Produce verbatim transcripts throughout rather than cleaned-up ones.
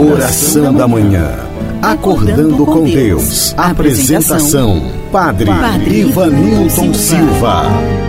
Oração da Manhã. Acordando com Deus. Apresentação: Padre Ivanilton Silva.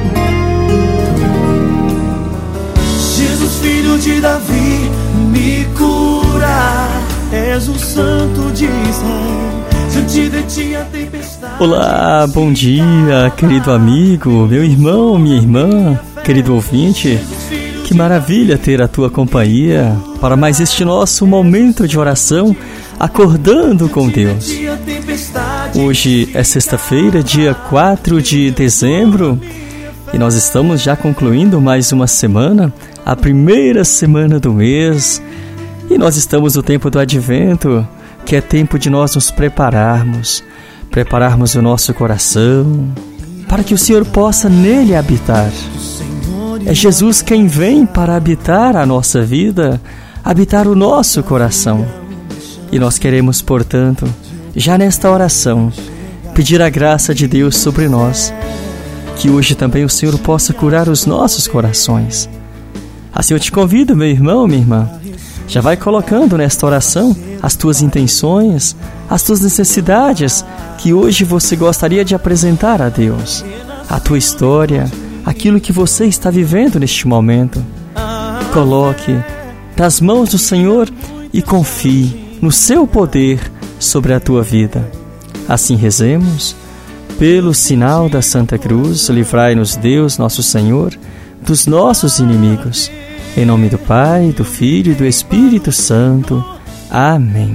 Jesus, filho de Davi, me cura. És o santo de Israel. Diante de ti a tempestade. Olá, bom dia, querido amigo, meu irmão, minha irmã, querido ouvinte. Que maravilha ter a tua companhia para mais este nosso momento de oração, acordando com Deus. Hoje é sexta-feira, dia quatro de dezembro, e nós estamos já concluindo mais uma semana, a primeira semana do mês, e nós estamos no tempo do Advento, que é tempo de nós nos prepararmos, prepararmos o nosso coração, para que o Senhor possa nele habitar. É Jesus quem vem para habitar a nossa vida, habitar o nosso coração. E nós queremos, portanto, já nesta oração, pedir a graça de Deus sobre nós, que hoje também o Senhor possa curar os nossos corações. Assim eu te convido, meu irmão, minha irmã, já vai colocando nesta oração as tuas intenções, as tuas necessidades que hoje você gostaria de apresentar a Deus, a tua história, aquilo que você está vivendo neste momento. Coloque nas mãos do Senhor e confie no seu poder sobre a tua vida. Assim rezemos. Pelo sinal da Santa Cruz, livrai-nos Deus, nosso Senhor, dos nossos inimigos. Em nome do Pai, do Filho e do Espírito Santo. Amém.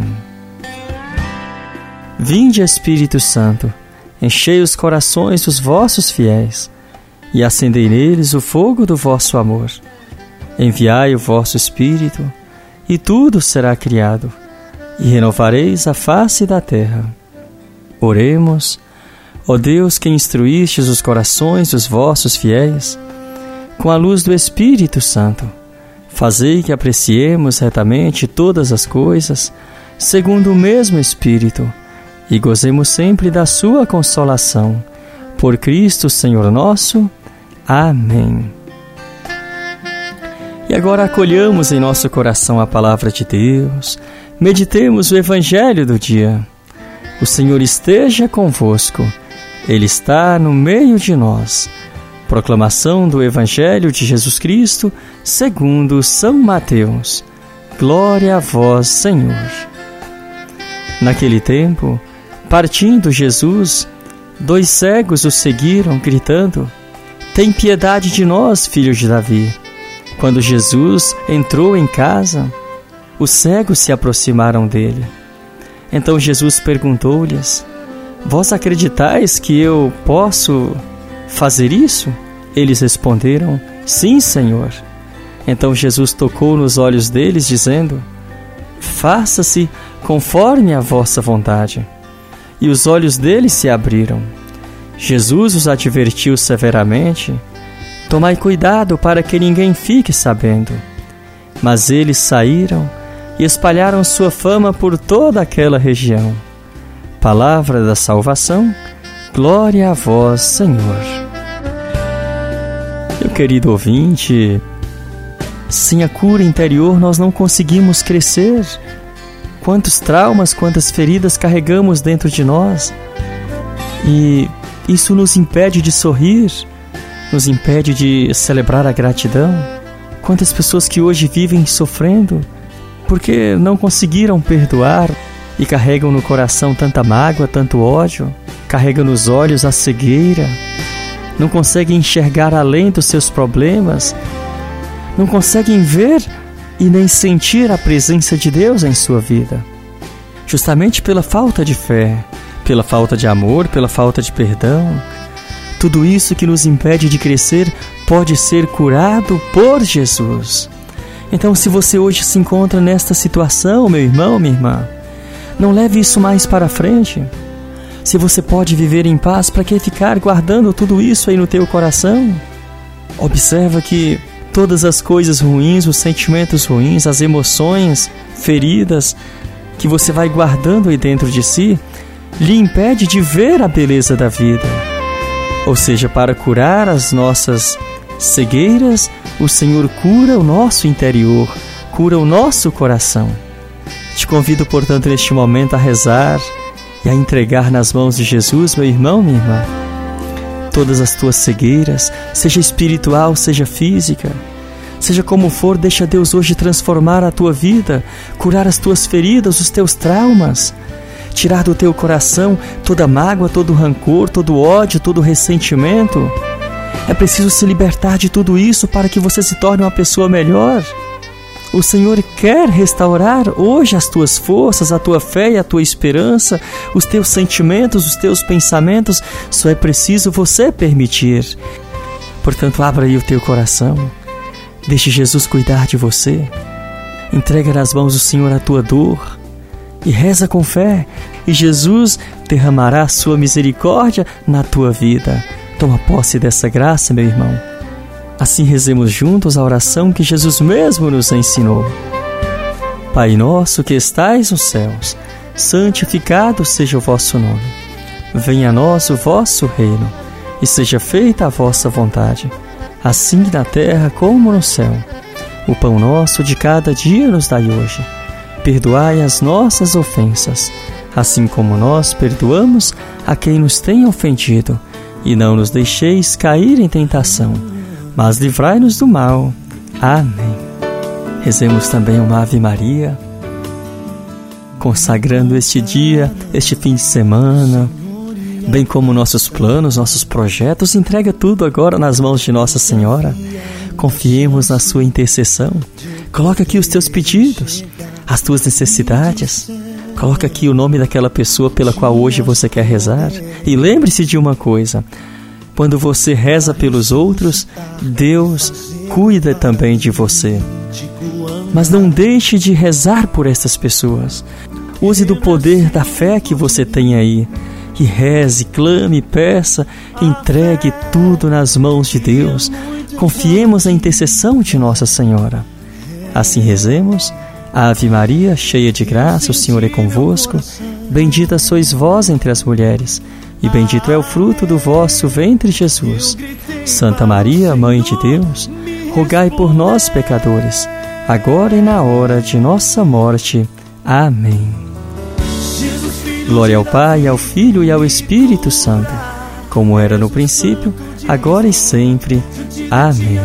Vinde, Espírito Santo, enchei os corações dos vossos fiéis e acendei neles o fogo do vosso amor. Enviai o vosso Espírito, e tudo será criado, e renovareis a face da terra. Oremos. Ó Deus, que instruístes os corações dos vossos fiéis, com a luz do Espírito Santo, fazei que apreciemos retamente todas as coisas, segundo o mesmo Espírito, e gozemos sempre da sua consolação. Por Cristo, Senhor nosso. Amém. E agora acolhamos em nosso coração a palavra de Deus, meditemos o Evangelho do dia. O Senhor esteja convosco, Ele está no meio de nós. Proclamação do Evangelho de Jesus Cristo, segundo São Mateus. Glória a vós, Senhor. Naquele tempo, partindo Jesus, dois cegos o seguiram, gritando: tem piedade de nós, filho de Davi. Quando Jesus entrou em casa, os cegos se aproximaram dele. Então Jesus perguntou-lhes: vós acreditais que eu posso fazer isso? Eles responderam: sim, Senhor. Então Jesus tocou nos olhos deles, dizendo: faça-se conforme a vossa vontade. E os olhos deles se abriram. Jesus os advertiu severamente: tomai cuidado para que ninguém fique sabendo. Mas eles saíram e espalharam sua fama por toda aquela região. Palavra da salvação, glória a vós, Senhor. Meu querido ouvinte, sem a cura interior nós não conseguimos crescer. Quantos traumas, quantas feridas carregamos dentro de nós. E isso nos impede de sorrir, nos impede de celebrar a gratidão. Quantas pessoas que hoje vivem sofrendo porque não conseguiram perdoar e carregam no coração tanta mágoa, tanto ódio, carregam nos olhos a cegueira, não conseguem enxergar além dos seus problemas, não conseguem ver e nem sentir a presença de Deus em sua vida, justamente pela falta de fé, pela falta de amor, pela falta de perdão. Tudo isso que nos impede de crescer pode ser curado por Jesus. Então, se você hoje se encontra nesta situação, meu irmão, minha irmã, não leve isso mais para frente. Se você pode viver em paz, para que ficar guardando tudo isso aí no teu coração? Observa que todas as coisas ruins, os sentimentos ruins, as emoções feridas que você vai guardando aí dentro de si, lhe impede de ver a beleza da vida. Ou seja, para curar as nossas cegueiras, o Senhor cura o nosso interior, cura o nosso coração. Te convido, portanto, neste momento a rezar e a entregar nas mãos de Jesus, meu irmão, minha irmã, todas as tuas cegueiras, seja espiritual, seja física, seja como for, deixa Deus hoje transformar a tua vida, curar as tuas feridas, os teus traumas, tirar do teu coração toda mágoa, todo rancor, todo ódio, todo ressentimento. É preciso se libertar de tudo isso para que você se torne uma pessoa melhor. O Senhor quer restaurar hoje as tuas forças, a tua fé e a tua esperança, os teus sentimentos, os teus pensamentos. Só é preciso você permitir. Portanto, abra aí o teu coração. Deixe Jesus cuidar de você. Entrega nas mãos do Senhor a tua dor e reza com fé. E Jesus derramará a sua misericórdia na tua vida. Toma posse dessa graça, meu irmão. Assim rezemos juntos a oração que Jesus mesmo nos ensinou. Pai nosso que estais nos céus, santificado seja o vosso nome. Venha a nós o vosso reino, e seja feita a vossa vontade, assim na terra como no céu. O pão nosso de cada dia nos dai hoje. Perdoai as nossas ofensas, assim como nós perdoamos a quem nos tem ofendido. E não nos deixeis cair em tentação, mas livrai-nos do mal. Amém. Rezemos também uma Ave Maria, consagrando este dia, este fim de semana, bem como nossos planos, nossos projetos. Entrega tudo agora nas mãos de Nossa Senhora. Confiemos na sua intercessão. Coloca aqui os teus pedidos, as tuas necessidades. Coloca aqui o nome daquela pessoa pela qual hoje você quer rezar. E lembre-se de uma coisa: quando você reza pelos outros, Deus cuida também de você. Mas não deixe de rezar por essas pessoas. Use do poder da fé que você tem aí. E reze, clame, peça, entregue tudo nas mãos de Deus. Confiemos na intercessão de Nossa Senhora. Assim rezemos. Ave Maria, cheia de graça, o Senhor é convosco. Bendita sois vós entre as mulheres, e bendito é o fruto do vosso ventre, Jesus. Santa Maria, Mãe de Deus, rogai por nós, pecadores, agora e na hora de nossa morte. Amém. Glória ao Pai, ao Filho e ao Espírito Santo, como era no princípio, agora e sempre. Amém.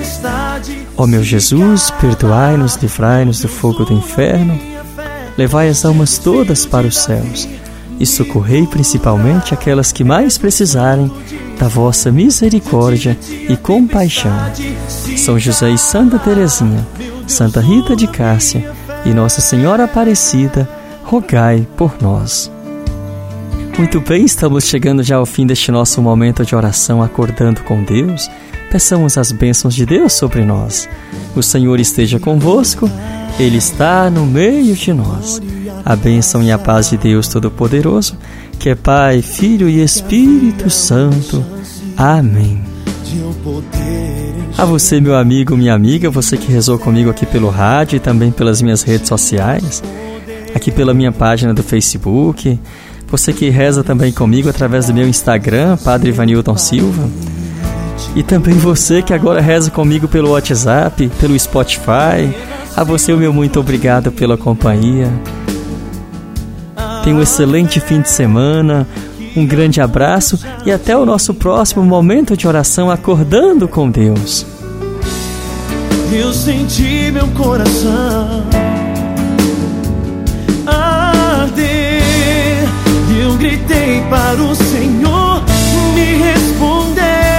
Ó meu Jesus, perdoai-nos, livrai-nos do fogo do inferno, levai as almas todas para os céus e socorrei principalmente aquelas que mais precisarem da vossa misericórdia e compaixão. São José e Santa Teresinha, Santa Rita de Cássia e Nossa Senhora Aparecida, rogai por nós. Muito bem, estamos chegando já ao fim deste nosso momento de oração acordando com Deus. Peçamos as bênçãos de Deus sobre nós. O Senhor esteja convosco, Ele está no meio de nós. A bênção e a paz de Deus Todo-Poderoso, que é Pai, Filho e Espírito Santo. Amém. A você, meu amigo, minha amiga, você que rezou comigo aqui pelo rádio e também pelas minhas redes sociais, aqui pela minha página do Facebook, você que reza também comigo através do meu Instagram, Padre Ivanilton Silva, e também você que agora reza comigo pelo WhatsApp, pelo Spotify. A você o meu muito obrigado pela companhia. Tenha um excelente fim de semana, um grande abraço e até o nosso próximo momento de oração acordando com Deus. Eu senti meu coração arder e eu gritei para o Senhor me responder.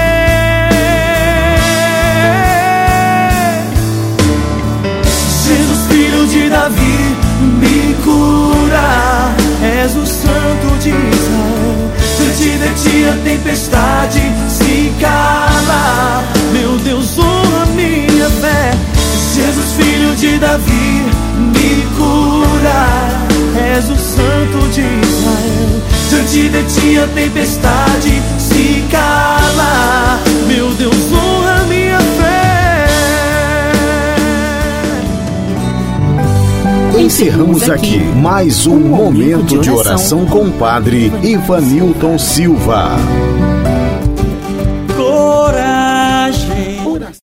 De Davi, me cura, és o Santo de Israel. Diante de ti a tempestade se cala. Meu Deus, honra minha fé. Jesus, filho de Davi, me cura, és o Santo de Israel. Diante de ti a tempestade se cala. Meu Deus, honra minha fé. Encerramos aqui mais um momento de oração com o Padre Ivanilton Silva.